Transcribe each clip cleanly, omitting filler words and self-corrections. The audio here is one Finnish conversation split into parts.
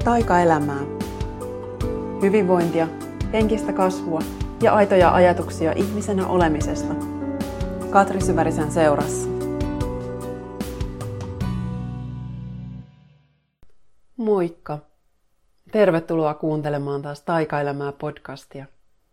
taikaelämää. Hyvinvointia, henkistä kasvua ja aitoja ajatuksia ihmisenä olemisesta. Katri Syvärisen seurassa. Moikka! Tervetuloa kuuntelemaan taas Taikaelämää podcastia.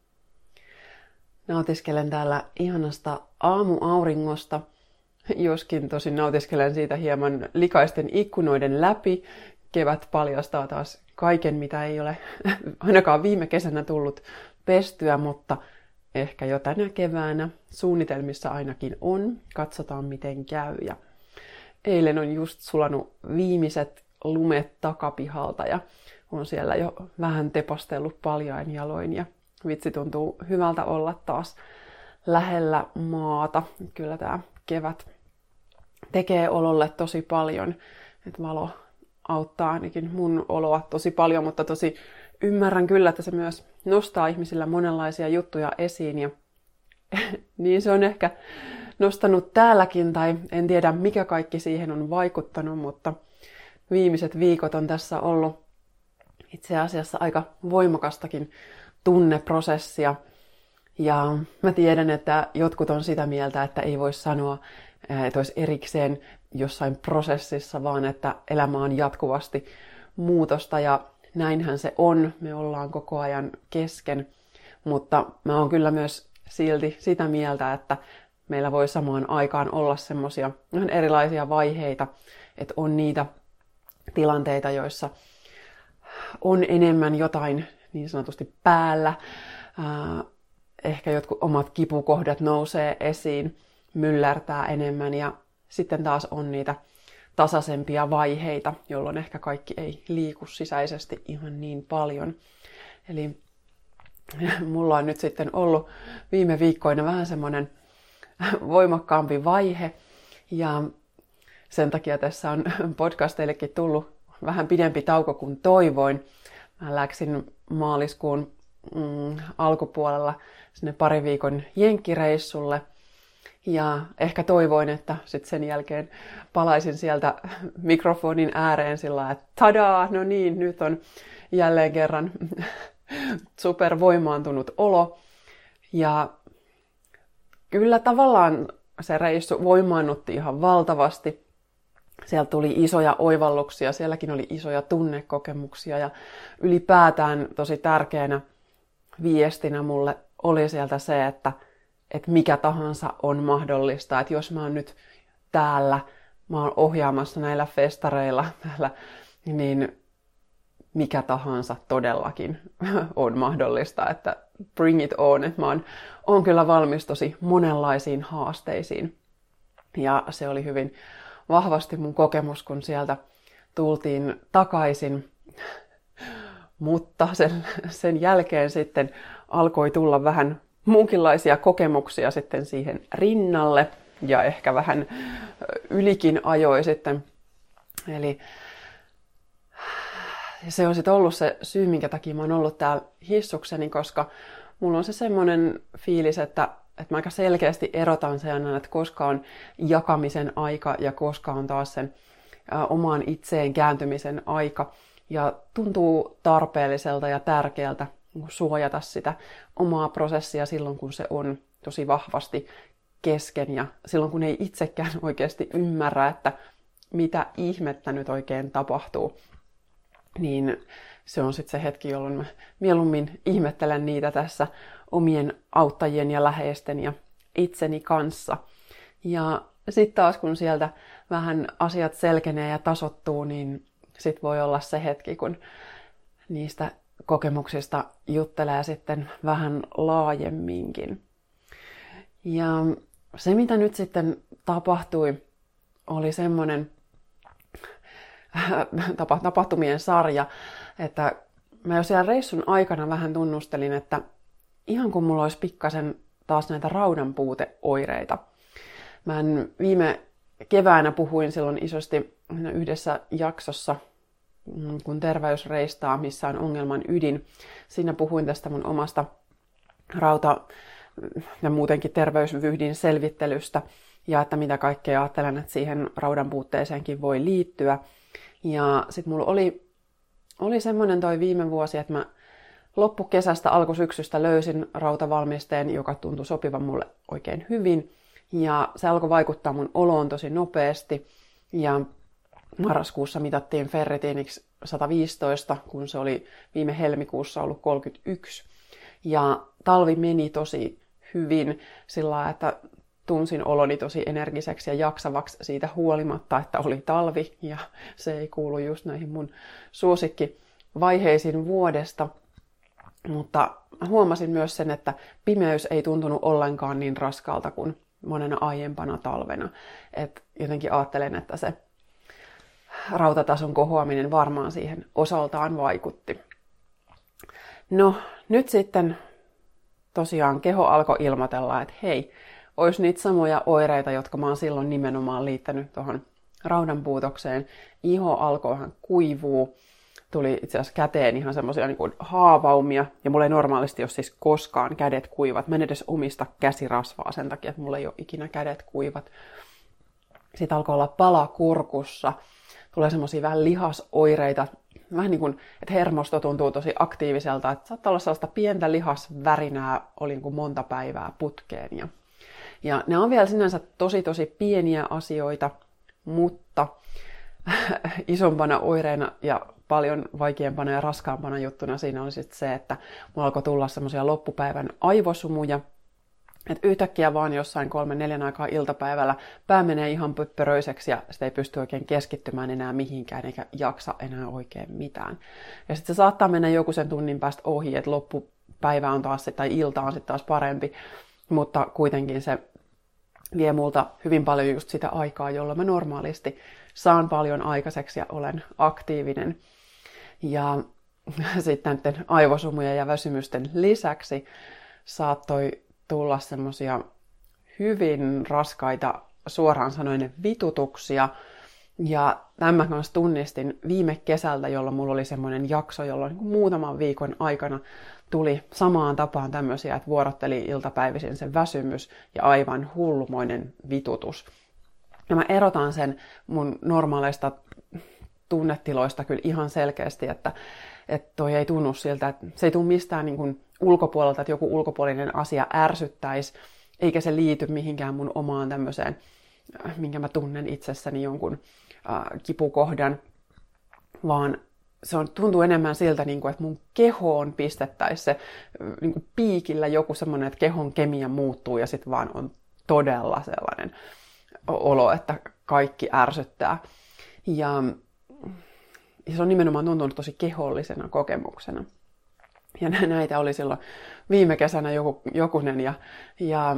Nautiskelen täällä ihanasta aamuauringosta, joskin tosin nautiskelen siitä hieman likaisten ikkunoiden läpi. Kevät paljastaa taas kaiken, mitä ei ole ainakaan viime kesänä tullut pestyä, mutta ehkä jo tänä keväänä suunnitelmissa ainakin on. Katsotaan miten käy. Ja eilen on just sulanut viimeiset lumet takapihalta ja on siellä jo vähän tepastellut paljain jaloin ja vitsi tuntuu hyvältä olla taas lähellä maata. Kyllä tämä kevät tekee ololle tosi paljon, että valo auttaa ainakin mun oloa tosi paljon, mutta tosi ymmärrän kyllä, että se myös nostaa ihmisillä monenlaisia juttuja esiin ja niin se on ehkä nostanut täälläkin tai en tiedä mikä kaikki siihen on vaikuttanut, mutta viimeiset viikot on tässä ollut itse asiassa aika voimakastakin tunneprosessia. Ja mä tiedän, että jotkut on sitä mieltä, että ei voi sanoa, että olisi erikseen jossain prosessissa, vaan että elämä on jatkuvasti muutosta ja näinhän se on. Me ollaan koko ajan kesken, mutta mä oon kyllä myös silti sitä mieltä, että meillä voi samaan aikaan olla semmoisia erilaisia vaiheita, että on niitä tilanteita, joissa on enemmän jotain niin sanotusti päällä. Ehkä jotkut omat kipukohdat nousee esiin, myllärtää enemmän ja sitten taas on niitä tasaisempia vaiheita, jolloin ehkä kaikki ei liiku sisäisesti ihan niin paljon. Eli mulla on nyt sitten ollut viime viikkoina vähän semmoinen voimakkaampi vaihe ja sen takia tässä on podcasteillekin tullut vähän pidempi tauko kuin toivoin. Mä läksin maaliskuun alkupuolella sinne pari viikon jenkkireissulle ja ehkä toivoin, että sitten sen jälkeen palaisin sieltä mikrofonin ääreen sillä että tadaa, no niin, nyt on jälleen kerran supervoimaantunut olo. Ja kyllä tavallaan se reissu voimaannutti ihan valtavasti. Sieltä tuli isoja oivalluksia, sielläkin oli isoja tunnekokemuksia ja ylipäätään tosi tärkeänä viestinä mulle oli sieltä se, että mikä tahansa on mahdollista. Että jos mä oon nyt täällä, mä oon ohjaamassa näillä festareilla täällä, niin mikä tahansa todellakin on mahdollista. Että bring it on. Että mä oon kyllä valmis tosi monenlaisiin haasteisiin. Ja se oli hyvin vahvasti mun kokemus, kun sieltä tultiin takaisin. Mutta sen jälkeen sitten alkoi tulla vähän muunkinlaisia kokemuksia sitten siihen rinnalle ja ehkä vähän ylikin ajoi sitten. Eli se on sitten ollut se syy, minkä takia mä oon ollut täällä hissukseni, koska mulla on se semmoinen fiilis, että mä aika selkeästi erotan sen, että koska on jakamisen aika ja koska on taas sen omaan itseen kääntymisen aika. Ja tuntuu tarpeelliselta ja tärkeältä suojata sitä omaa prosessia silloin, kun se on tosi vahvasti kesken ja silloin, kun ei itsekään oikeasti ymmärrä, että mitä ihmettä nyt oikein tapahtuu. Niin se on sitten se hetki, jolloin mä mieluummin ihmettelen niitä tässä omien auttajien ja läheisten ja itseni kanssa. Ja sitten taas, kun sieltä vähän asiat selkenee ja tasoittuu, niin sitten voi olla se hetki, kun niistä kokemuksista juttelee sitten vähän laajemminkin. Ja se, mitä nyt sitten tapahtui, oli semmoinen tapahtumien sarja, että mä jo siellä reissun aikana vähän tunnustelin, että ihan kun mulla olisi pikkasen taas näitä raudanpuuteoireita. Mä viime keväänä puhuin silloin isosti yhdessä jaksossa, kun terveysreistaa, missä on ongelman ydin. Siinä puhuin tästä mun omasta rauta- ja muutenkin terveysvyhdin selvittelystä ja että mitä kaikkea ajattelen, että siihen raudan puutteeseenkin voi liittyä. Ja sitten mulla oli semmoinen toi viime vuosi, että mä loppukesästä, alkusyksystä löysin rautavalmisteen, joka tuntui sopivan mulle oikein hyvin. Ja se alkoi vaikuttaa mun oloon tosi nopeasti. Ja marraskuussa mitattiin ferritiiniksi 115, kun se oli viime helmikuussa ollut 31. Ja talvi meni tosi hyvin sillä lailla, että tunsin oloni tosi energiseksi ja jaksavaksi siitä huolimatta, että oli talvi. Ja se ei kuulu just näihin mun suosikkivaiheisiin vuodesta. Mutta huomasin myös sen, että pimeys ei tuntunut ollenkaan niin raskaalta kuin monena aiempana talvena. Et jotenkin ajattelen, että se rautatason kohoaminen varmaan siihen osaltaan vaikutti. No, nyt sitten tosiaan keho alkoi ilmoitella, että hei, olisi niitä samoja oireita, jotka mä oon silloin nimenomaan liittänyt tuohon raudanpuutokseen. Iho alkoi vähän kuivuu. Tuli itse asiassa käteen ihan semmoisia niin kuin haavaumia, ja mulla ei normaalisti ole siis koskaan kädet kuivat. Mä en edes omista käsirasvaa sen takia, että mulla ei ole ikinä kädet kuivat. Sitten alkoi olla pala kurkussa. Tulee semmoisia vähän lihasoireita. Vähän niin kuin, että hermosto tuntuu tosi aktiiviselta. Että saattaa olla sellaista pientä lihasvärinää, oli niin kuin monta päivää putkeen. Ja ne on vielä sinänsä tosi pieniä asioita, mutta isompana oireena ja paljon vaikeampana ja raskaampana juttuna siinä oli sitten se, että mulla alkoi tulla semmoisia loppupäivän aivosumuja. Että yhtäkkiä vaan jossain 3-4 aikaa iltapäivällä pää menee ihan pöppöröiseksi ja sitä ei pysty oikein keskittymään enää mihinkään eikä jaksa enää oikein mitään. Ja sitten se saattaa mennä joku sen tunnin päästä ohi, että loppupäivä on taas tai ilta on sitten taas parempi, mutta kuitenkin se vie multa hyvin paljon just sitä aikaa, jolloin mä normaalisti saan paljon aikaiseksi ja olen aktiivinen. Ja sitten näiden aivosumujen ja väsymysten lisäksi saattoi tulla semmoisia hyvin raskaita, suoraan sanoen, vitutuksia. Ja tämän kanssa tunnistin viime kesältä, jolloin mulla oli semmoinen jakso, jolloin muutaman viikon aikana tuli samaan tapaan tämmöisiä, että vuorotteli iltapäivisin se väsymys ja aivan hullumoinen vitutus. Ja mä erotan sen mun normaaleista tunnetiloista kyllä ihan selkeästi, että toi ei tunnu siltä, että se ei tule mistään niin kuin ulkopuolelta, että joku ulkopuolinen asia ärsyttäisi, eikä se liity mihinkään mun omaan tämmöiseen, minkä mä tunnen itsessäni jonkun kipukohdan, vaan tuntuu enemmän siltä, että mun kehoon pistettäisiin se piikillä joku semmoinen, että kehon kemia muuttuu ja sitten vaan on todella sellainen olo, että kaikki ärsyttää. Ja se on nimenomaan tuntunut tosi kehollisena kokemuksena. Ja näitä oli silloin viime kesänä jokunen ja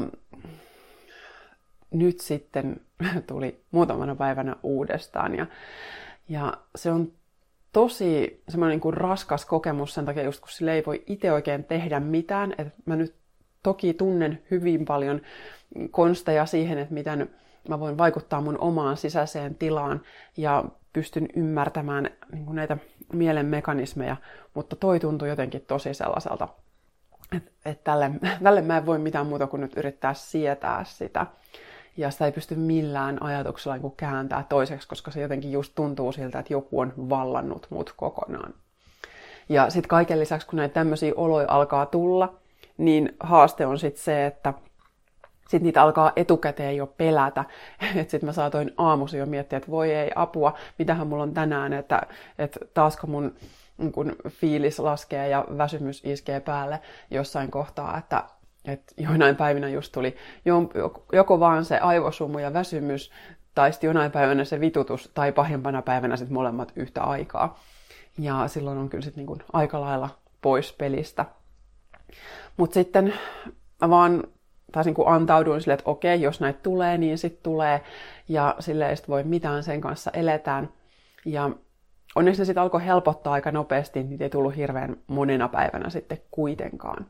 nyt sitten tuli muutamana päivänä uudestaan. Ja se on tosi semmoinen niin kuin raskas kokemus sen takia, just kun sille ei voi itse oikein tehdä mitään. Et mä nyt toki tunnen hyvin paljon konsteja siihen, että miten mä voin vaikuttaa mun omaan sisäiseen tilaan ja pystyn ymmärtämään niin kuin näitä mielen mekanismeja, mutta toi tuntui jotenkin tosi sellaiselta, että tälle mä en voi mitään muuta kuin nyt yrittää sietää sitä. Ja sitä ei pysty millään ajatuksella niin kääntää toiseksi, koska se jotenkin just tuntuu siltä, että joku on vallannut mut kokonaan. Ja sitten kaiken lisäksi, kun näitä tämmöisiä oloja alkaa tulla, niin haaste on sitten se, että sitten niitä alkaa etukäteen jo pelätä. Että sitten mä saatoin aamuisin jo miettiä, että voi ei apua, mitähän mulla on tänään, että taasko mun kun fiilis laskee ja väsymys iskee päälle jossain kohtaa, että joinain päivinä just tuli joko vaan se aivosumu ja väsymys, tai sitten jonain päivänä se vitutus, tai pahimpana päivänä sitten molemmat yhtä aikaa. Ja silloin on kyllä sitten niin kuin aika lailla pois pelistä. Mutta sitten mä vaan taas niin kuin antauduin silleen, että okei, jos näitä tulee, niin sitten tulee. Ja silleen ei sit voi mitään, sen kanssa eletään. Ja onneksi ne sitten alkoi helpottaa aika nopeasti, niitä ei tullut hirveän monena päivänä sitten kuitenkaan.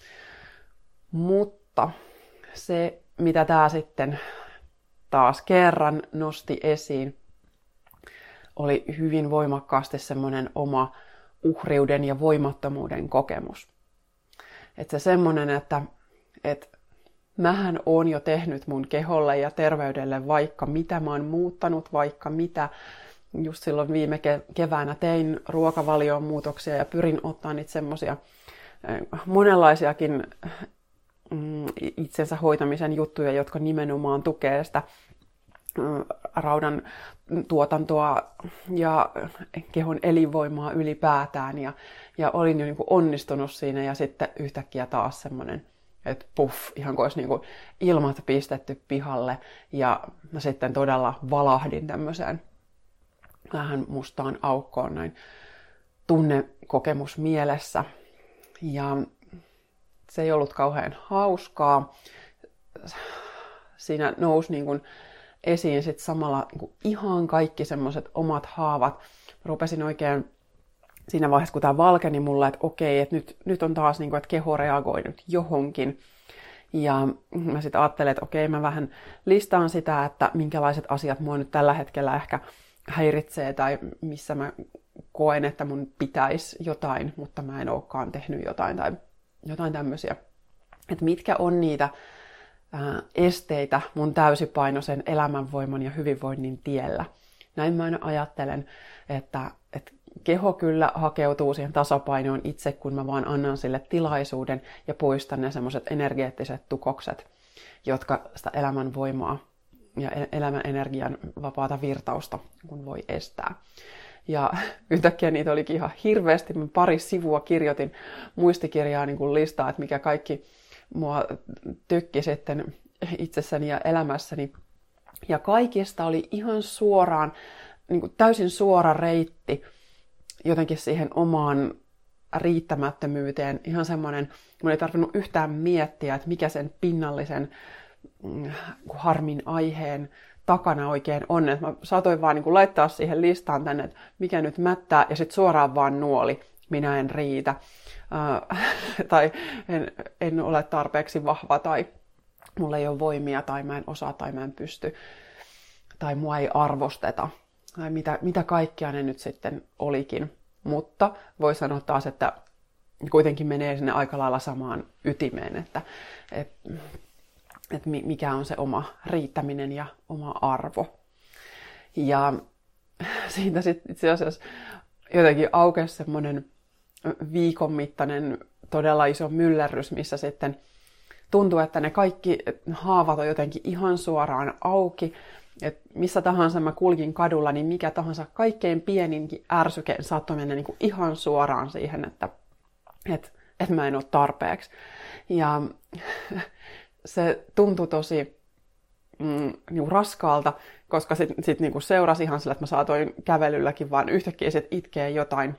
Mutta se, mitä tämä sitten taas kerran nosti esiin, oli hyvin voimakkaasti semmoinen oma uhriuden ja voimattomuuden kokemus. Että se semmoinen, että mähän oon jo tehnyt mun keholle ja terveydelle vaikka mitä, mä oon muuttanut vaikka mitä, just silloin viime keväänä tein ruokavalioon muutoksia ja pyrin ottaa niitä semmoisia monenlaisiakin itsensä hoitamisen juttuja, jotka nimenomaan tukee sitä raudan tuotantoa ja kehon elinvoimaa ylipäätään. Ja olin jo niin kuin onnistunut siinä ja sitten yhtäkkiä taas semmoinen, että puff, ihan kuin olisi niin kuin ilmat pistetty pihalle. Ja mä sitten todella valahdin tämmöiseen vähän mustaan aukkoon näin tunnekokemus mielessä. Ja se ei ollut kauhean hauskaa. Siinä nousi niin kuin esiin sit samalla niin kuin ihan kaikki semmoiset omat haavat. Rupesin oikein siinä vaiheessa, kun tämä valkeni mulle, että okei, että nyt on taas, niin kuin, että keho reagoi nyt johonkin. Ja mä sitten ajattelin, että okei, mä vähän listaan sitä, että minkälaiset asiat mua nyt tällä hetkellä ehkä häiritsee tai missä mä koen, että mun pitäisi jotain, mutta mä en olekaan tehnyt jotain tai jotain tämmöisiä. Että mitkä on niitä esteitä mun täysipainoisen elämänvoiman ja hyvinvoinnin tiellä. Näin mä aina ajattelen, että keho kyllä hakeutuu siihen tasapainoon itse, kun mä vaan annan sille tilaisuuden ja poistan ne semmoiset energeettiset tukokset, jotka sitä elämänvoimaa ja elämän energian vapaata virtausta kun voi estää. Ja yhtäkkiä niitä olikin ihan hirveästi. Mä pari sivua kirjoitin muistikirjaa niin kuin listaa, että mikä kaikki mua tökki sitten itsessäni ja elämässäni. Ja kaikista oli ihan suoraan, niin kuin täysin suora reitti jotenkin siihen omaan riittämättömyyteen. Ihan semmoinen, mun ei tarvinnut yhtään miettiä, että mikä sen pinnallisen harmin aiheen takana oikein on. Että mä saatoin vaan niin kuin laittaa siihen listaan tänne, että mikä nyt mättää, ja sitten suoraan vaan nuoli, minä en riitä. Tai en ole tarpeeksi vahva, tai mulla ei ole voimia, tai mä en osaa, tai mä en pysty, tai mua ei arvosteta, tai mitä kaikkea ne nyt sitten olikin. Mutta voi sanoa taas, että kuitenkin menee sinne aika lailla samaan ytimeen, että mikä on se oma riittäminen ja oma arvo. Ja siitä sitten itse asiassa jotenkin aukesi semmoinen viikon mittainen todella iso myllerrys, missä sitten tuntuu, että ne kaikki haavat on jotenkin ihan suoraan auki. Et missä tahansa mä kulkin kadulla, niin mikä tahansa kaikkein pieninkin ärsyke saattoi mennä niin kuin ihan suoraan siihen, että mä en ole tarpeeksi. Ja se tuntui tosi niin raskaalta, koska sitten niin seurasi ihan sillä, että mä saatoin kävelylläkin vaan yhtäkkiä sit itkeä jotain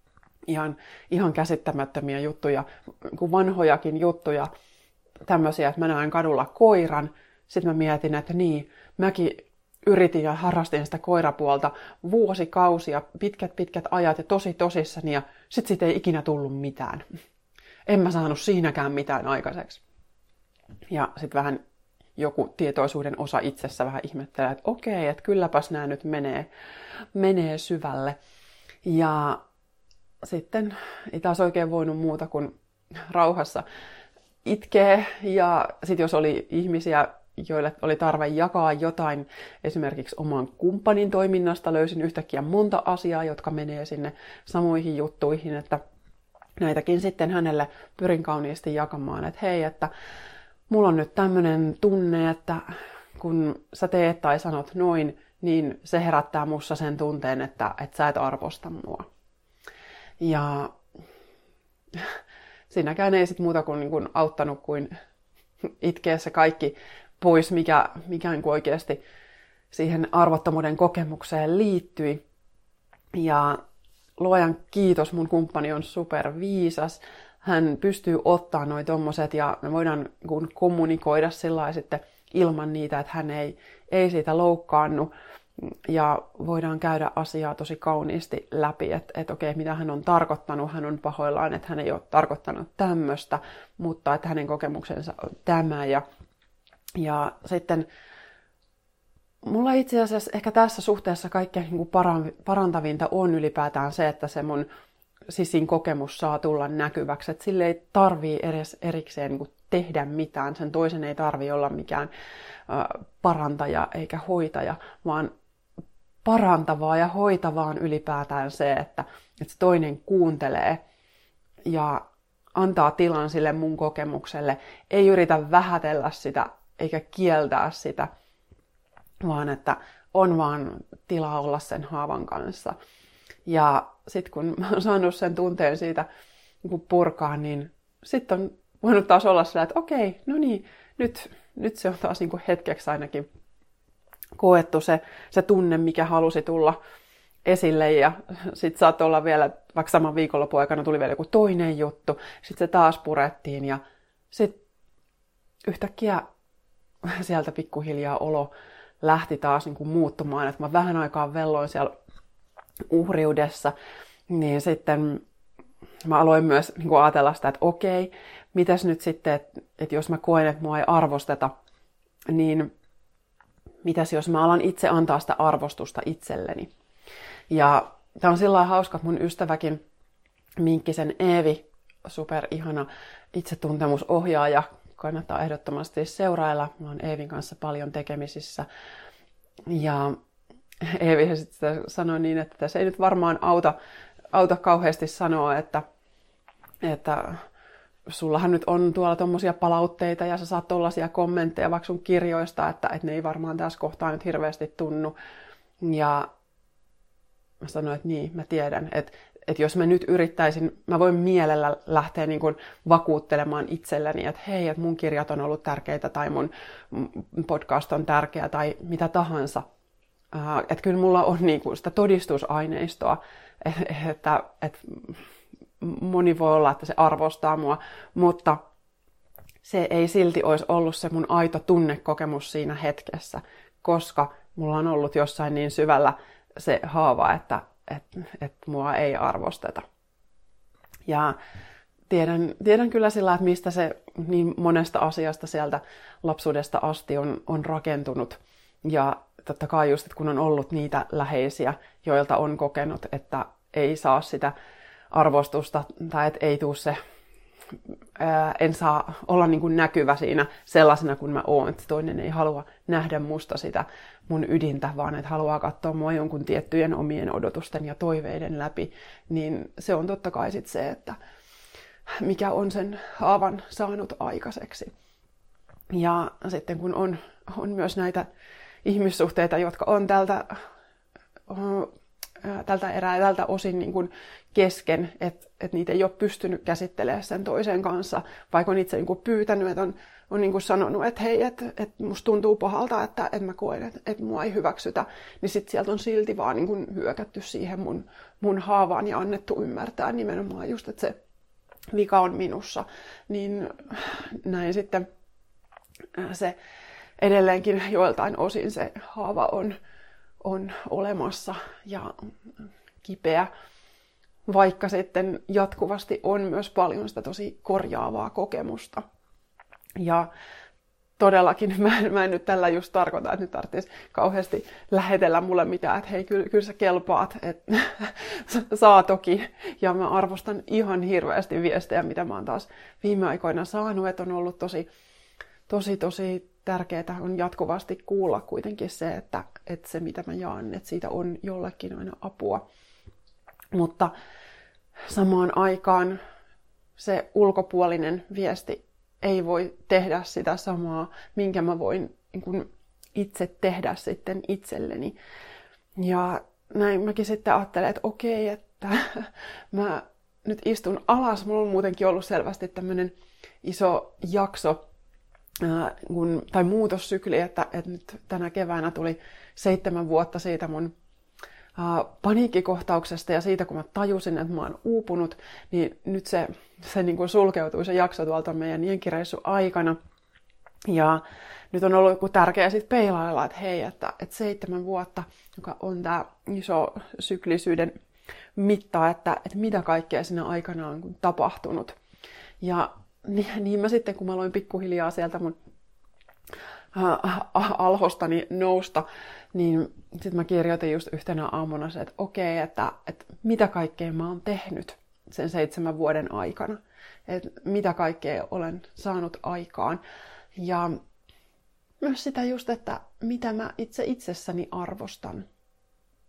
ihan käsittämättömiä juttuja, kuin vanhojakin juttuja, tämmöisiä, että mä näen kadulla koiran, sitten mä mietin, että niin, mäkin yritin ja harrastin sitä koirapuolta vuosikausia, pitkät ajat ja tosi tosissani, ja sitten siitä ei ikinä tullut mitään. En mä saanut siinäkään mitään aikaiseksi. Ja sitten vähän joku tietoisuuden osa itsessä vähän ihmettelee, että okei, että kylläpäs nämä nyt menee syvälle. Ja sitten ei taas oikein voinut muuta kuin rauhassa itkee. Ja sitten jos oli ihmisiä, joille oli tarve jakaa jotain esimerkiksi oman kumppanin toiminnasta, löysin yhtäkkiä monta asiaa, jotka menee sinne samoihin juttuihin, että näitäkin sitten hänelle pyrin kauniisti jakamaan, että hei, että mulla on nyt tämmöinen tunne, että kun sä teet tai sanot noin, niin se herättää mussa sen tunteen, että sä et arvosta mua. Ja siinäkään ei sit muuta kuin, auttanut kuin itkeä se kaikki pois, mikä niin kuin oikeasti siihen arvottomuuden kokemukseen liittyi. Ja luojan kiitos, mun kumppani on superviisas. Hän pystyy ottaa noi tommoset ja me voidaan kommunikoida sillä sitten ilman niitä, että hän ei siitä loukkaannu. Ja voidaan käydä asiaa tosi kauniisti läpi, että okei, mitä hän on tarkoittanut. Hän on pahoillaan, että hän ei ole tarkoittanut tämmöistä, mutta että hänen kokemuksensa on tämä. Ja sitten mulla itse asiassa ehkä tässä suhteessa kaikkein niin kuin parantavinta on ylipäätään se, että se mun sisin kokemus saa tulla näkyväksi. Että sille ei tarvii edes erikseen niin kuin tehdä mitään. Sen toisen ei tarvii olla mikään parantaja eikä hoitaja, vaan parantavaa ja hoitavaa on ylipäätään se, että se toinen kuuntelee ja antaa tilan sille mun kokemukselle, ei yritä vähätellä sitä eikä kieltää sitä, vaan että on vaan tilaa olla sen haavan kanssa. Ja sitten kun mä oon saanut sen tunteen siitä niin purkaa, niin sitten on voinut taas olla sillä, että okei, no niin, nyt se on taas niin kuin hetkeksi ainakin koettu se tunne, mikä halusi tulla esille. Ja sitten saattoi olla vielä, vaikka saman viikonlopun aikana tuli vielä joku toinen juttu, sitten se taas purettiin ja sitten yhtäkkiä sieltä pikkuhiljaa olo lähti taas niin kuin muuttumaan, että mä vähän aikaa velloin siellä uhriudessa, niin sitten mä aloin myös niin kuin ajatella sitä, että okei, mitäs nyt sitten, että jos mä koen, että mua ei arvosteta, niin mitäs jos mä alan itse antaa sitä arvostusta itselleni. Ja tää on sillä lailla hauska, että mun ystäväkin Minkkisen Eevi, super ihana itsetuntemusohjaaja, kannattaa ehdottomasti seurailla. Mä oon Eevin kanssa paljon tekemisissä. Ja Eevi sitten sanoi niin, että tässä ei nyt varmaan auta kauheasti sanoa, että sullahan nyt on tuolla tommosia palautteita ja sä saat tollaisia kommentteja vaikka sun kirjoista, että ne ei varmaan tässä kohtaa nyt hirveästi tunnu. Ja mä sanoin, että niin, mä tiedän, että jos mä nyt yrittäisin, mä voin mielellä lähteä niin kuin vakuuttelemaan itselleni, että hei, että mun kirjat on ollut tärkeitä tai mun podcast on tärkeä tai mitä tahansa. Että kyllä mulla on niin kuin sitä todistusaineistoa, että moni voi olla, että se arvostaa mua, mutta se ei silti olisi ollut se mun aito tunnekokemus siinä hetkessä, koska mulla on ollut jossain niin syvällä se haava, että mua ei arvosteta. Ja tiedän kyllä sillä, että mistä se niin monesta asiasta sieltä lapsuudesta asti on rakentunut. Ja totta kai just, että kun on ollut niitä läheisiä, joilta on kokenut, että ei saa sitä arvostusta tai että ei tule se, en saa olla niin kuin näkyvä siinä sellaisena kuin mä oon, että toinen ei halua nähdä musta sitä mun ydintä, vaan että haluaa katsoa mua jonkun tiettyjen omien odotusten ja toiveiden läpi, niin se on totta kai sit se, että mikä on sen haavan saanut aikaiseksi. Ja sitten kun on myös näitä ihmissuhteita, jotka on tältä osin niin kuin kesken, että niitä ei ole pystynyt käsittelemään sen toisen kanssa, vaikka on itse niin kuin pyytänyt, että on niin kuin sanonut, että hei, että musta tuntuu pahalta, että mä koen, että mua ei hyväksytä, niin sitten sieltä on silti vaan niin kuin hyökätty siihen mun haavaan ja annettu ymmärtää nimenomaan just, että se vika on minussa. Niin näin sitten se edelleenkin joiltain osin se haava on olemassa ja kipeä, vaikka sitten jatkuvasti on myös paljon sitä tosi korjaavaa kokemusta. Ja todellakin mä en nyt tällä just tarkoita, että nyt tarvitsisi kauheasti lähetellä mulle mitään, että hei, kyllä sä kelpaat, että saa toki. Ja mä arvostan ihan hirveästi viestejä, mitä mä oon taas viime aikoina saanut, että on ollut tosi tärkeää on jatkuvasti kuulla kuitenkin se, että se mitä mä jaan, että siitä on jollekin aina apua. Mutta samaan aikaan se ulkopuolinen viesti ei voi tehdä sitä samaa, minkä mä voin niin kun itse tehdä sitten itselleni. Ja näin mäkin sitten ajattelen, että okei, että mä nyt istun alas. Mulla on muutenkin ollut selvästi tämmöinen iso jakso, tai muutossykli, että nyt tänä keväänä tuli 7 vuotta siitä mun paniikkikohtauksesta ja siitä, kun mä tajusin, että mä oon uupunut, niin nyt se niin kuin sulkeutui se jakso tuolta meidän jenkkireissun aikana. Ja nyt on ollut joku tärkeä sitten peilailla, että hei, että 7 vuotta, joka on tää iso syklisyyden mitta, että mitä kaikkea siinä aikana on tapahtunut. Ja niin mä sitten, kun mä aloin pikkuhiljaa sieltä mun alhostani nousta, niin sitten mä kirjoitin just yhtenä aamuna se, että okei, että mitä kaikkea mä oon tehnyt sen 7 vuoden aikana. Että mitä kaikkea olen saanut aikaan. Ja myös sitä just, että mitä mä itse itsessäni arvostan.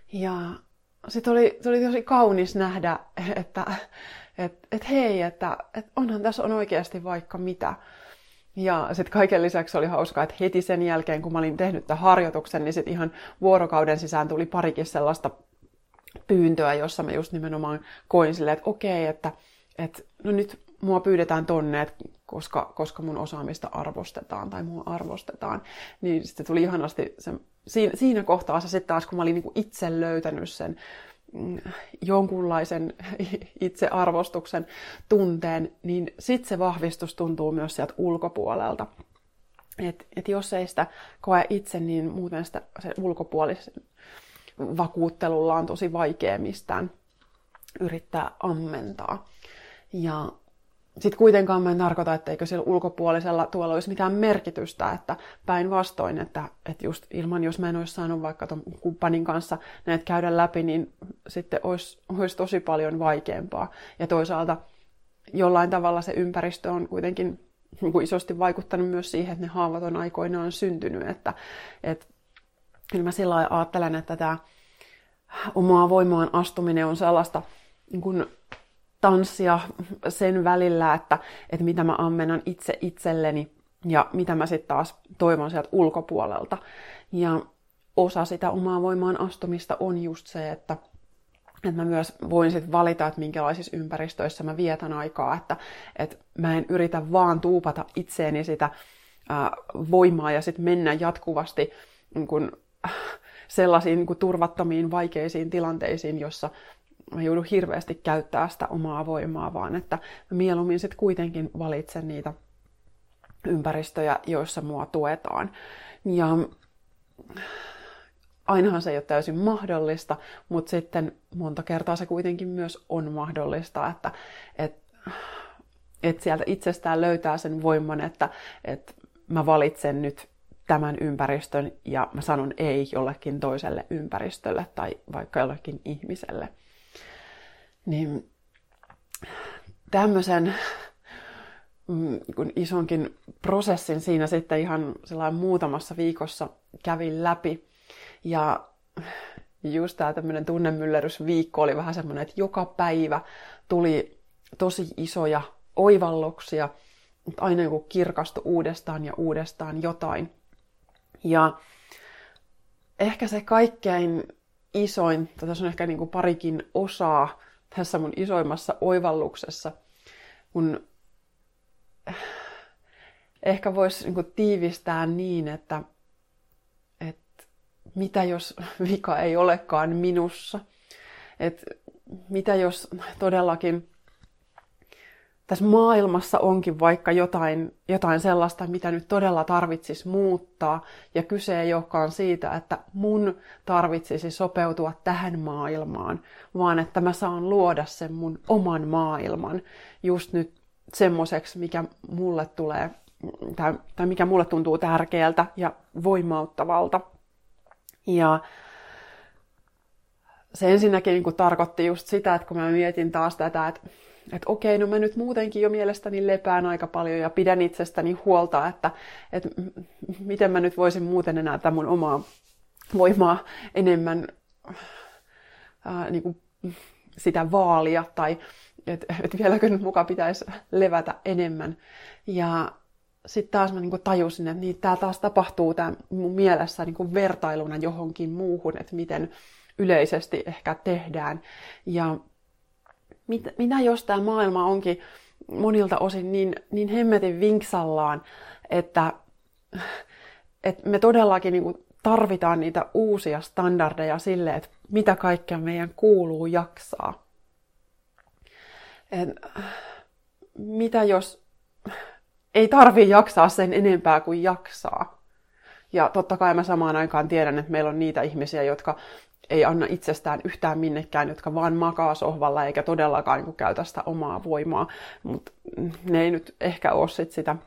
Ja sitten oli tosi kaunis nähdä, että hei, että onhan tässä on oikeasti vaikka mitä. Ja sitten kaiken lisäksi oli hauskaa, että heti sen jälkeen, kun mä olin tehnyt tämän harjoituksen, niin sitten ihan vuorokauden sisään tuli parikin sellaista pyyntöä, jossa mä just nimenomaan koin silleen, että okei, että no nyt mua pyydetään tonne, että koska mun osaamista arvostetaan tai mua arvostetaan. Niin sitten tuli ihanasti siinä kohtaa se sitten taas, kun mä olin niinku itse löytänyt sen jonkunlaisen itsearvostuksen tunteen, niin sitten se vahvistus tuntuu myös sieltä ulkopuolelta. Et jos ei sitä koe itse, niin muuten se ulkopuolisen vakuuttelulla on tosi vaikea mistään yrittää ammentaa. Ja sitten kuitenkaan mä en tarkoita, etteikö sillä ulkopuolisella tuolla olisi mitään merkitystä, että päinvastoin, että just ilman, jos mä en olisi saanut vaikka ton kumppanin kanssa näitä käydä läpi, niin sitten olisi tosi paljon vaikeampaa. Ja toisaalta jollain tavalla se ympäristö on kuitenkin isosti vaikuttanut myös siihen, että ne haavat on aikoinaan syntynyt. Että kyllä mä sillä lailla ajattelen, että tämä omaa voimaan astuminen on sellaista niin kuin tanssia sen välillä, että mitä mä ammennan itse itselleni ja mitä mä sitten taas toivon sieltä ulkopuolelta. Ja osa sitä omaa voimaan astumista on just se, että mä myös voin sitten valita, että minkälaisissa ympäristöissä mä vietän aikaa, että mä en yritä vaan tuupata itseeni sitä voimaa ja sitten mennä jatkuvasti niin kun, sellaisiin niin kun turvattomiin, vaikeisiin tilanteisiin, jossa mä joudun hirveästi käyttää sitä omaa voimaa, vaan että mä mieluummin sitten kuitenkin valitsen niitä ympäristöjä, joissa mua tuetaan. Ja ainahan se ei ole täysin mahdollista, mutta sitten monta kertaa se kuitenkin myös on mahdollista, että sieltä itsestään löytää sen voiman, että mä valitsen nyt tämän ympäristön ja mä sanon ei jollekin toiselle ympäristölle tai vaikka jollekin ihmiselle. Niin tämmöisen isonkin prosessin siinä sitten ihan sellainen muutamassa viikossa kävin läpi. Ja just tämä tämmöinen tunnemyllerrysviikko oli vähän semmoinen, että joka päivä tuli tosi isoja oivalluksia, mutta aina joku kirkastui uudestaan ja uudestaan jotain. Ja ehkä se kaikkein isoin, tässä on ehkä niin kuin parikin osaa tässä mun isoimmassa oivalluksessa, kun ehkä voisi niin kuin tiivistää niin, että mitä jos vika ei olekaan minussa? Mitä jos todellakin tässä maailmassa onkin vaikka jotain sellaista, mitä nyt todella tarvitsisi muuttaa, ja kyse ei olekaan siitä, että mun tarvitsisi sopeutua tähän maailmaan, vaan että mä saan luoda sen mun oman maailman just nyt semmoiseksi, mikä mulle tulee, tai mikä mulle tuntuu tärkeältä ja voimauttavalta. Ja se ensinnäkin niin kuin tarkoitti just sitä, että kun mä mietin taas tätä, että okei, no mä nyt muutenkin jo mielestäni lepään aika paljon ja pidän itsestäni huolta, että miten mä nyt voisin muuten enää tämän mun omaa voimaa enemmän niin kuin sitä vaalia, tai että vieläkö nyt muka pitäisi levätä enemmän. Ja sitten taas mä niinku tajusin, että niin, tää taas tapahtuu tää mun mielessä niinku vertailuna johonkin muuhun, että miten yleisesti ehkä tehdään. Ja mitä jos tämä maailma onkin monilta osin niin hemmetin vinksallaan, että me todellakin niinku tarvitaan niitä uusia standardeja sille, että mitä kaikkea meidän kuuluu jaksaa. Mitä jos ei tarvitse jaksaa sen enempää kuin jaksaa. Ja totta kai mä samaan aikaan tiedän, että meillä on niitä ihmisiä, jotka ei anna itsestään yhtään minnekään, jotka vaan makaa sohvalla eikä todellakaan niin käytä sitä omaa voimaa. Mutta ne ei nyt ehkä ole sitä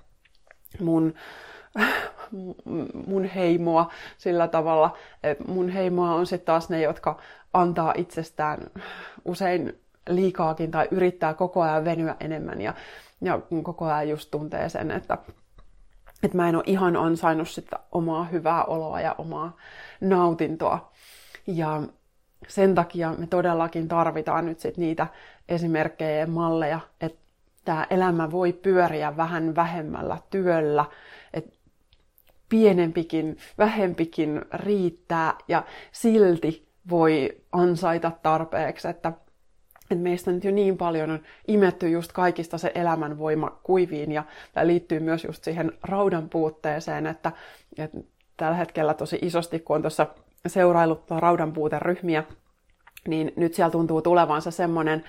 mun heimoa sillä tavalla. Että mun heimoa on sitten taas ne, jotka antaa itsestään usein liikaakin tai yrittää koko ajan venyä enemmän ja koko ajan just tuntee sen, että mä en ole ihan ansainnut sitä omaa hyvää oloa ja omaa nautintoa. Ja sen takia me todellakin tarvitaan nyt sit niitä esimerkkejä ja malleja, että tämä elämä voi pyöriä vähän vähemmällä työllä, että pienempikin, vähempikin riittää ja silti voi ansaita tarpeeksi, että meistä nyt jo niin paljon on imetty just kaikista se elämänvoima kuiviin ja tämä liittyy myös just siihen raudan puutteeseen, että tällä hetkellä tosi isosti, kun on tuossa seuraillut raudan puuteryhmiä, niin nyt siellä tuntuu tulevansa semmoinen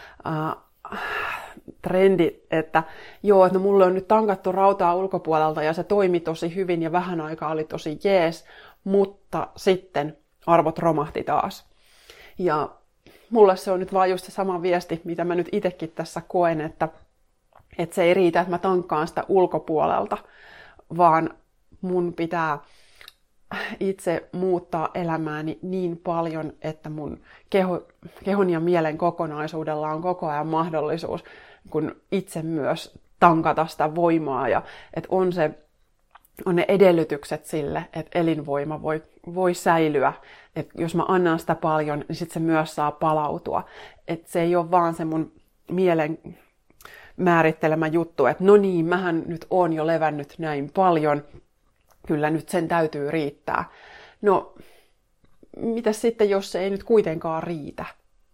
trendi, että joo, että no mulle on nyt tankattu rautaa ulkopuolelta ja se toimi tosi hyvin ja vähän aikaa oli tosi jees, mutta sitten arvot romahti taas. Ja mulle se on nyt vaan just se sama viesti, mitä mä nyt itsekin tässä koen, että se ei riitä, että mä tankkaan sitä ulkopuolelta, vaan mun pitää itse muuttaa elämääni niin paljon, että mun kehon ja mielen kokonaisuudella on koko ajan mahdollisuus kun itse myös tankata sitä voimaa ja että on ne edellytykset sille, että elinvoima voi säilyä. Että jos mä annan sitä paljon, niin sitten se myös saa palautua. Että se ei ole vaan se mun mielen määrittelemä juttu, että no niin, mähän nyt oon jo levännyt näin paljon, kyllä nyt sen täytyy riittää. No, mitä sitten, jos se ei nyt kuitenkaan riitä?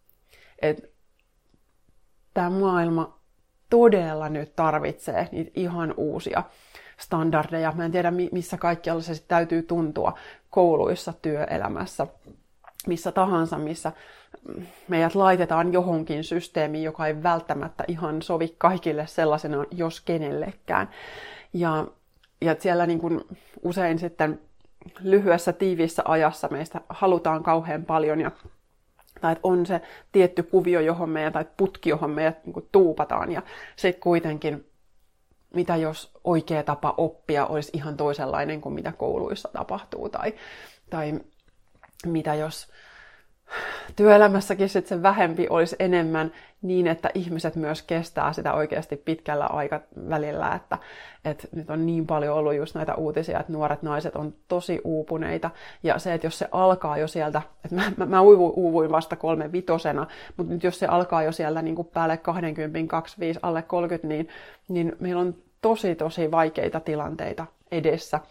Tämä maailma todella nyt tarvitsee niitä ihan uusia standardeja. Mä en tiedä, missä kaikkialla se sitten täytyy tuntua kouluissa, työelämässä, missä tahansa, missä meidät laitetaan johonkin systeemiin, joka ei välttämättä ihan sovi kaikille sellaisena, jos kenellekään. Ja siellä niin kuin usein sitten lyhyessä tiiviissä ajassa meistä halutaan kauhean paljon tai että on se tietty kuvio, johon meidän, tai putki, johon meidät niin kuin tuupataan. Ja sitten kuitenkin, mitä jos oikea tapa oppia olisi ihan toisenlainen kuin mitä kouluissa tapahtuu. Tai mitä jos työelämässäkin sitten se vähempi olisi enemmän niin, että ihmiset myös kestää sitä oikeasti pitkällä aikavälillä. Että nyt on niin paljon ollut just näitä uutisia, että nuoret naiset on tosi uupuneita. Ja se, että jos se alkaa jo sieltä, että mä uuvuin vasta 35, mutta nyt jos se alkaa jo sieltä niin kuin päälle 20, 25, alle 30, niin meillä on tosi vaikeita tilanteita edessä.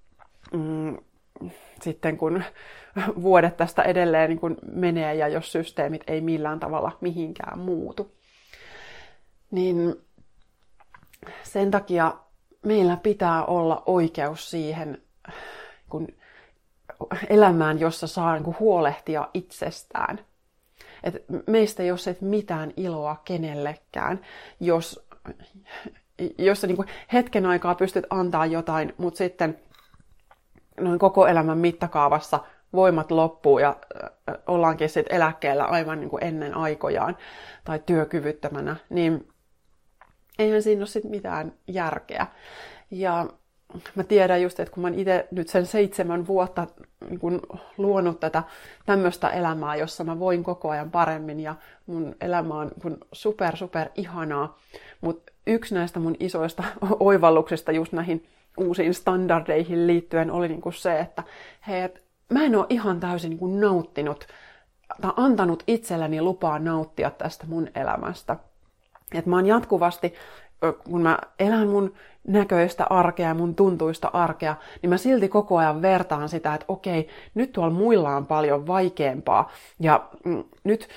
Sitten kun vuodet tästä edelleen niin kun menee ja jos systeemit ei millään tavalla mihinkään muutu. Niin sen takia meillä pitää olla oikeus siihen kun elämään, jossa saa niin kun huolehtia itsestään. Et meistä ei ole se mitään iloa kenellekään, jos sä niin kun hetken aikaa pystyt antaa jotain, mutta sitten noin koko elämän mittakaavassa voimat loppuu ja ollaankin sitten eläkkeellä aivan niin kuin ennen aikojaan tai työkyvyttömänä, niin eihän siinä ole sitten mitään järkeä. Ja mä tiedän just, että kun mä itse nyt sen 7 vuotta niin kun luonut tätä tämmöistä elämää, jossa mä voin koko ajan paremmin ja mun elämä on super ihanaa, mutta yksi näistä mun isoista oivalluksista just näihin uusiin standardeihin liittyen oli niin kuin se, että hei, mä en ole ihan täysin niin kuin nauttinut tai antanut itselleni lupaa nauttia tästä mun elämästä. Että mä oon jatkuvasti, kun mä elän mun näköistä arkea ja mun tuntuista arkea, niin mä silti koko ajan vertaan sitä, että okei, nyt tuolla muilla on paljon vaikeampaa ja nyt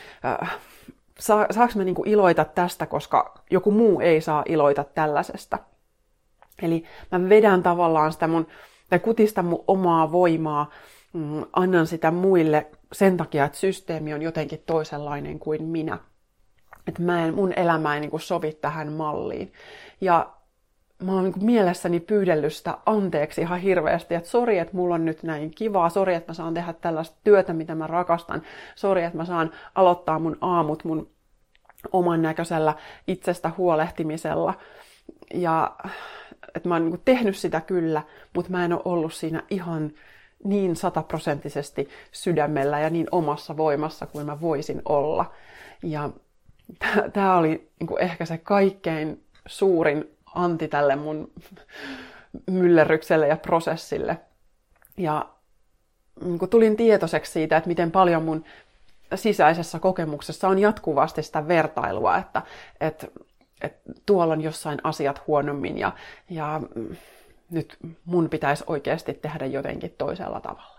saaks mä niin kuin iloita tästä, koska joku muu ei saa iloita tällaisesta. Eli mä vedän tavallaan sitä tai kutistan mun omaa voimaa, annan sitä muille sen takia, että systeemi on jotenkin toisenlainen kuin minä. Että mun elämä ei niin kuin sovi tähän malliin. Ja mä oon niin kuin mielessäni pyydellyt sitä anteeksi ihan hirveästi, että sori, että mulla on nyt näin kivaa, sori, että mä saan tehdä tällaista työtä, mitä mä rakastan, sori, että mä saan aloittaa mun aamut mun oman näköisellä itsestä huolehtimisella. Ja että mä oon niin kuin tehnyt sitä kyllä, mutta mä en ole ollut siinä ihan niin 100% sydämellä ja niin omassa voimassa kuin mä voisin olla. Ja tämä oli niin kuin ehkä se kaikkein suurin anti tälle mun myllerrykselle ja prosessille. Ja niin kuin tulin tietoiseksi siitä, että miten paljon mun sisäisessä kokemuksessa on jatkuvasti sitä vertailua, että tuolla on jossain asiat huonommin ja nyt mun pitäisi oikeasti tehdä jotenkin toisella tavalla.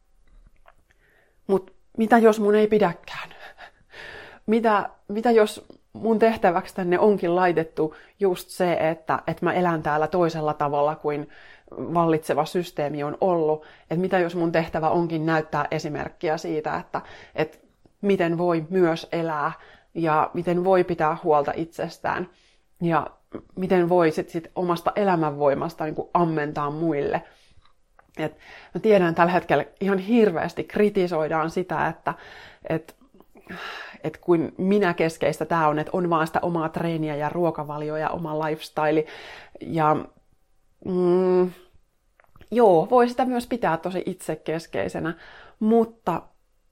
Mutta mitä jos mun ei pidäkään? Mitä jos mun tehtäväksi tänne onkin laitettu just se, että mä elän täällä toisella tavalla kuin vallitseva systeemi on ollut? Että mitä jos mun tehtävä onkin näyttää esimerkkiä siitä, että miten voi myös elää ja miten voi pitää huolta itsestään ja miten voi sit omasta elämänvoimasta niin kuin ammentaa muille. Et mä tiedän tällä hetkellä ihan hirveästi kritisoidaan sitä, että kuin minä keskeistä tämä on, että on vaan sitä omaa treeniä ja ruokavalio ja oma lifestyle. Ja joo, voi sitä myös pitää tosi itsekeskeisenä, mutta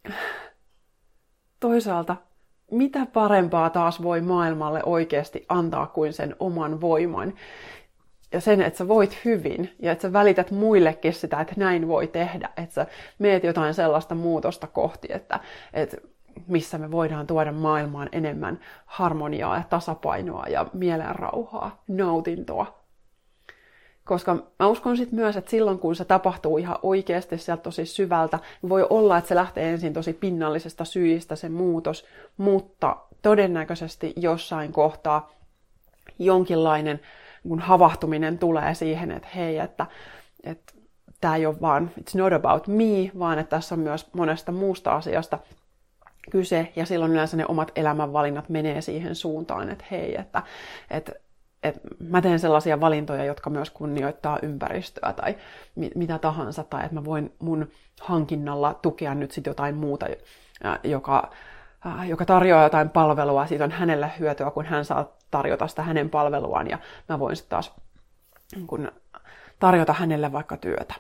toisaalta mitä parempaa taas voi maailmalle oikeasti antaa kuin sen oman voiman. Ja sen, että sä voit hyvin ja että sä välität muillekin sitä, että näin voi tehdä. Että sä meet jotain sellaista muutosta kohti, että missä me voidaan tuoda maailmaan enemmän harmoniaa ja tasapainoa ja mielenrauhaa, nautintoa. Koska mä uskon sit myös, että silloin kun se tapahtuu ihan oikeasti sieltä tosi syvältä, voi olla, että se lähtee ensin tosi pinnallisesta syistä se muutos, mutta todennäköisesti jossain kohtaa jonkinlainen kun havahtuminen tulee siihen, että hei, että tämä ei ole vaan it's not about me, vaan että tässä on myös monesta muusta asiasta kyse, ja silloin yleensä ne omat elämänvalinnat menee siihen suuntaan, että hei, että mä teen sellaisia valintoja, jotka myös kunnioittaa ympäristöä tai mitä tahansa, tai että mä voin mun hankinnalla tukea nyt sit jotain muuta, joka tarjoaa jotain palvelua, siitä on hänelle hyötyä, kun hän saa tarjota sitä hänen palveluaan, ja mä voin sitten taas kun tarjota hänelle vaikka työtä.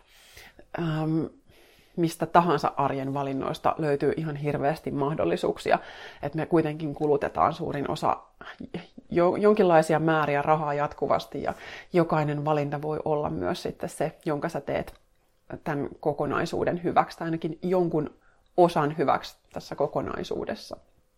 Mistä tahansa arjen valinnoista löytyy ihan hirveästi mahdollisuuksia, että me kuitenkin kulutetaan suurin osa jonkinlaisia määriä rahaa jatkuvasti, ja jokainen valinta voi olla myös sitten se, jonka sä teet tämän kokonaisuuden hyväksi, tai ainakin jonkun osan hyväksi tässä kokonaisuudessa.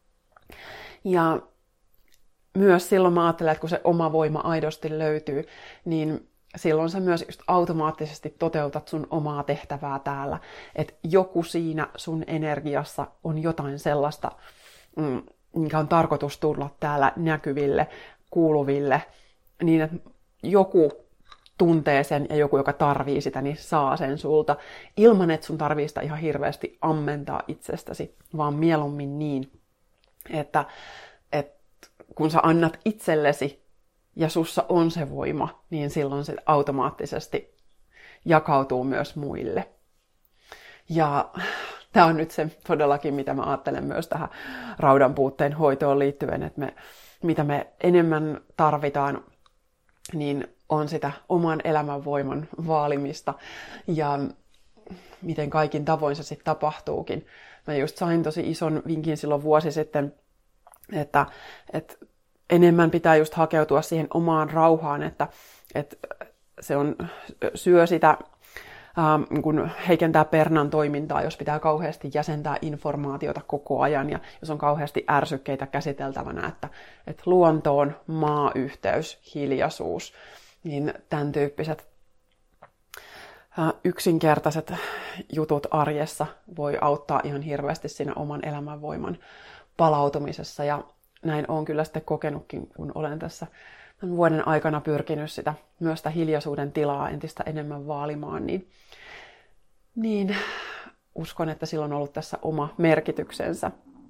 Ja myös silloin mä ajattelen, että kun se oma voima aidosti löytyy, niin silloin sä myös just automaattisesti toteutat sun omaa tehtävää täällä. Että joku siinä sun energiassa on jotain sellaista, minkä on tarkoitus tulla täällä näkyville, kuuluville, niin että joku tuntee sen ja joku, joka tarvii sitä, niin saa sen sulta, ilman että sun tarvii sitä ihan hirveästi ammentaa itsestäsi, vaan mieluummin niin, että kun sä annat itsellesi ja sussa on se voima, niin silloin se automaattisesti jakautuu myös muille. Ja tämä on nyt se todellakin, mitä mä ajattelen myös tähän raudan puutteen hoitoon liittyen, että mitä me enemmän tarvitaan, niin on sitä oman elämänvoiman vaalimista ja miten kaikin tavoin se sitten tapahtuukin. Mä just sain tosi ison vinkin silloin vuosi sitten, että enemmän pitää just hakeutua siihen omaan rauhaan, että se syö sitä, kun heikentää pernan toimintaa, jos pitää kauheasti jäsentää informaatiota koko ajan ja jos on kauheasti ärsykkeitä käsiteltävänä, että luontoon, maayhteys, hiljaisuus, niin tämän tyyppiset yksinkertaiset jutut arjessa voi auttaa ihan hirveästi siinä oman elämänvoiman palautumisessa. Ja näin olen kyllä sitten kokenutkin, kun olen tässä tämän vuoden aikana pyrkinyt myös sitä hiljaisuuden tilaa entistä enemmän vaalimaan, niin uskon, että sillä on ollut tässä oma merkityksensä.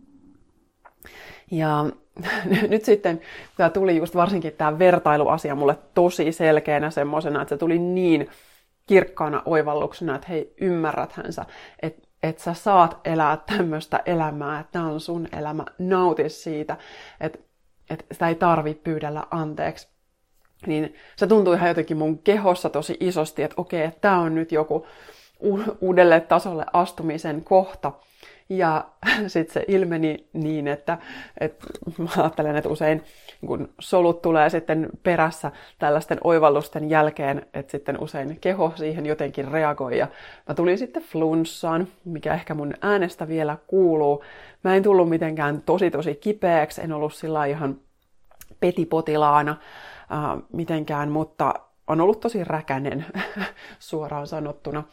Ja nyt sitten tämä tuli just varsinkin tämä vertailuasia mulle tosi selkeänä semmoisena, että se tuli niin kirkkaana oivalluksena, että hei, ymmärräthän sä, että sä saat elää tämmöistä elämää, että tämä on sun elämä, nauti siitä, että sitä ei tarvitse pyydellä anteeksi. Niin se tuntui ihan jotenkin mun kehossa tosi isosti, että okei, että tämä on nyt joku uudelle tasolle astumisen kohta. Ja sitten se ilmeni niin, että mä ajattelen, että usein kun solut tulee sitten perässä tällaisten oivallusten jälkeen, että sitten usein keho siihen jotenkin reagoi. Ja mä tulin sitten flunssaan, mikä ehkä mun äänestä vielä kuuluu. Mä en tullut mitenkään tosi kipeäksi, en ollut sillä ihan petipotilaana mitenkään, mutta on ollut tosi räkänen suoraan sanottuna.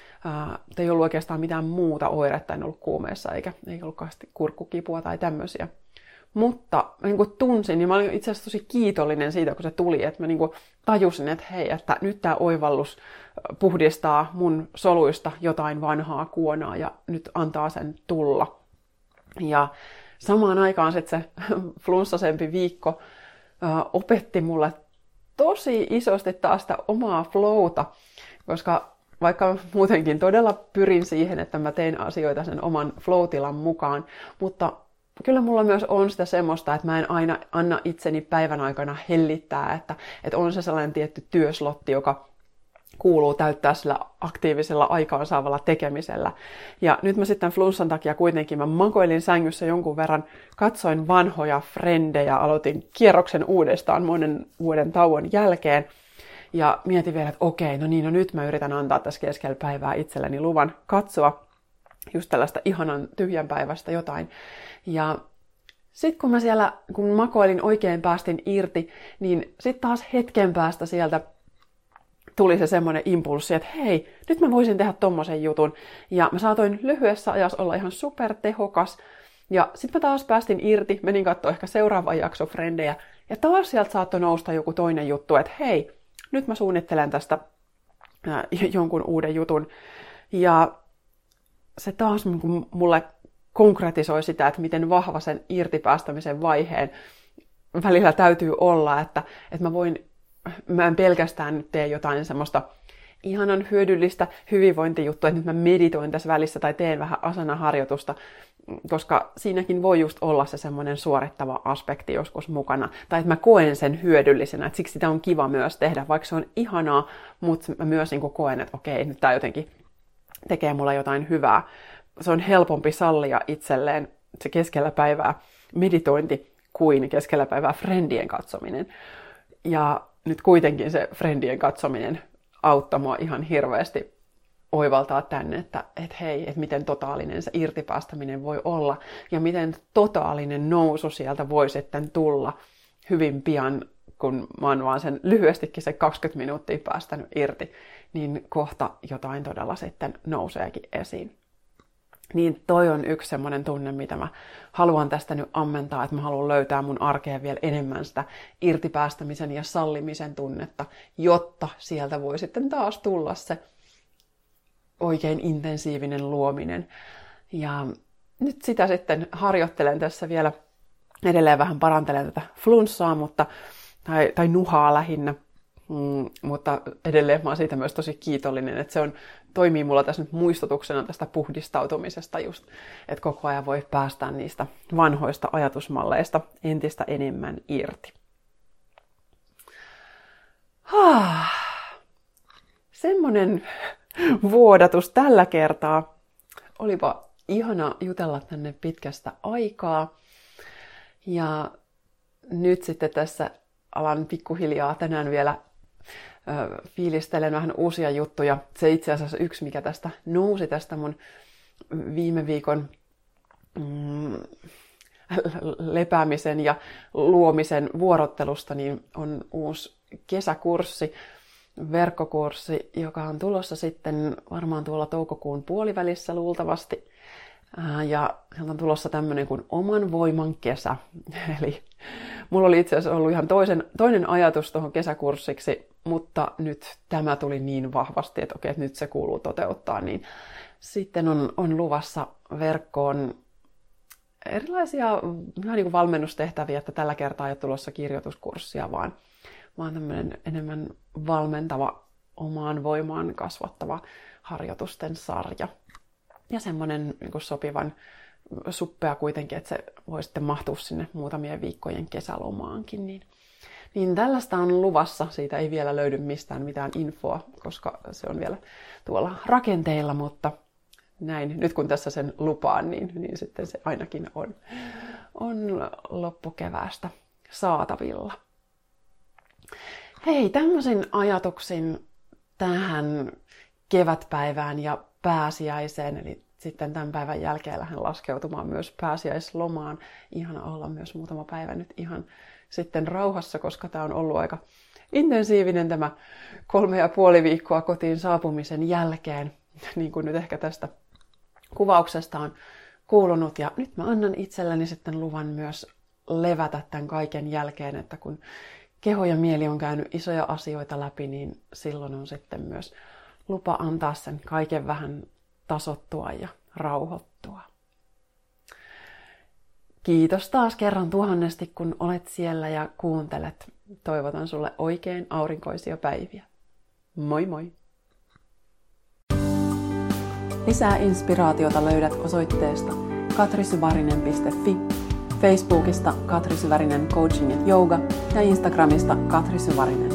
Ei ollut oikeastaan mitään muuta oiretta, en ollut kuumeessa eikä ollut kurkkukipua tai tämmöisiä. Mutta mä niin tunsin, ja mä olin itse asiassa tosi kiitollinen siitä, kun se tuli, että mä niin tajusin, että hei, että nyt tämä oivallus puhdistaa mun soluista jotain vanhaa kuonaa ja nyt antaa sen tulla. Ja samaan aikaan sitten se flunssasempi viikko opetti mulle tosi isosti taas sitä omaa flowta, koska vaikka muutenkin todella pyrin siihen, että mä teen asioita sen oman flow-tilan mukaan, mutta kyllä mulla myös on sitä semmoista, että mä en aina anna itseni päivän aikana hellittää, että on se sellainen tietty työslotti, joka kuuluu täyttää sillä aktiivisella aikaansaavalla tekemisellä. Ja nyt mä sitten flunssan takia kuitenkin mä makoilin sängyssä jonkun verran, katsoin vanhoja frendejä, aloitin kierroksen uudestaan monen vuoden tauon jälkeen. Ja mietin vielä, että okei, no nyt mä yritän antaa tässä keskellä päivää itselleni luvan katsoa just tällaista ihanan tyhjänpäivästä jotain. Ja sitten kun mä siellä, kun makoilin oikein päästin irti, niin sitten taas hetken päästä sieltä tuli se semmoinen impulssi, että hei, nyt mä voisin tehdä tommosen jutun. Ja mä saatoin lyhyessä ajassa olla ihan supertehokas. Ja sitten mä taas päästin irti, menin katsoa ehkä seuraavan jakso frendejä. Ja taas sieltä saattoi nousta joku toinen juttu, että hei, nyt mä suunnittelen tästä jonkun uuden jutun. Ja se taas mulle konkretisoi sitä, että miten vahva sen irtipäästämisen vaiheen välillä täytyy olla, että mä en pelkästään nyt tee jotain semmoista ihanan hyödyllistä hyvinvointijuttua, että nyt mä meditoin tässä välissä tai teen vähän asana-harjoitusta, koska siinäkin voi just olla se semmoinen suorittava aspekti joskus mukana. Tai että mä koen sen hyödyllisenä, että siksi sitä on kiva myös tehdä, vaikka se on ihanaa, mutta mä myös niin koen, että okei, nyt tää jotenkin tekee mulle jotain hyvää. Se on helpompi sallia itselleen se keskellä päivää meditointi kuin keskellä päivää friendien katsominen. Ja nyt kuitenkin se friendien katsominen auttaa mua ihan hirveästi oivaltaa tänne, että hei, että miten totaalinen se irtipäästäminen voi olla ja miten totaalinen nousu sieltä voi sitten tulla hyvin pian, kun mä oon vaan sen lyhyestikin se 20 minuuttia päästänyt irti, niin kohta jotain todella sitten nouseekin esiin. Niin toi on yksi semmoinen tunne, mitä mä haluan tästä nyt ammentaa, että mä haluan löytää mun arkeen vielä enemmän sitä irtipäästämisen ja sallimisen tunnetta, jotta sieltä voi sitten taas tulla se oikein intensiivinen luominen. Ja nyt sitä sitten harjoittelen tässä vielä edelleen vähän parantelen tätä flunssaa, tai nuhaa lähinnä. Mutta edelleen mä oon siitä myös tosi kiitollinen, että se toimii mulla tässä nyt muistutuksena tästä puhdistautumisesta just, että koko ajan voi päästä niistä vanhoista ajatusmalleista entistä enemmän irti. Semmonen vuodatus tällä kertaa. Olipa ihana jutella tänne pitkästä aikaa. Ja nyt sitten tässä alan pikkuhiljaa tänään vielä fiilistelen vähän uusia juttuja. Se itse asiassa yksi, mikä tästä nousi tästä mun viime viikon lepäämisen ja luomisen vuorottelusta, niin on uusi kesäkurssi, verkkokurssi, joka on tulossa sitten varmaan tuolla toukokuun puolivälissä luultavasti. Ja sieltä on tulossa tämmöinen kuin oman voiman kesä. Eli mulla oli itse asiassa ollut ihan toinen ajatus tuohon kesäkurssiksi, mutta nyt tämä tuli niin vahvasti, että okei, että nyt se kuuluu toteuttaa. Niin sitten on luvassa verkkoon erilaisia ihan niin kuin valmennustehtäviä, että tällä kertaa ei ole tulossa kirjoituskurssia, vaan tämmöinen enemmän valmentava, omaan voimaan kasvattava harjoitusten sarja. Ja semmoinen niin kuin sopivan suppea kuitenkin, että se voi sitten mahtua sinne muutamien viikkojen kesälomaankin. Niin tällaista on luvassa. Siitä ei vielä löydy mistään mitään infoa, koska se on vielä tuolla rakenteilla, mutta näin, nyt kun tässä sen lupaan, niin sitten se ainakin on loppukeväästä saatavilla. Hei, tämmöisin ajatuksin tähän kevätpäivään ja pääsiäiseen, eli sitten tämän päivän jälkeen lähden laskeutumaan myös pääsiäislomaan. Ihana olla myös muutama päivä nyt ihan sitten rauhassa, koska tämä on ollut aika intensiivinen tämä 3,5 viikkoa kotiin saapumisen jälkeen, niin kuin nyt ehkä tästä kuvauksesta on kuulunut. Ja nyt mä annan itselleni sitten luvan myös levätä tämän kaiken jälkeen, että kun keho ja mieli on käynyt isoja asioita läpi, niin silloin on sitten myös lupa antaa sen kaiken vähän tasoittua ja rauhoittua. Kiitos taas kerran tuhannesti, kun olet siellä ja kuuntelet. Toivotan sulle oikein aurinkoisia päiviä. Moi moi! Lisää inspiraatiota löydät osoitteesta katrisyvarinen.fi, Facebookista Katri Syvärinen Coaching & Yoga ja Instagramista Katri Syvärinen.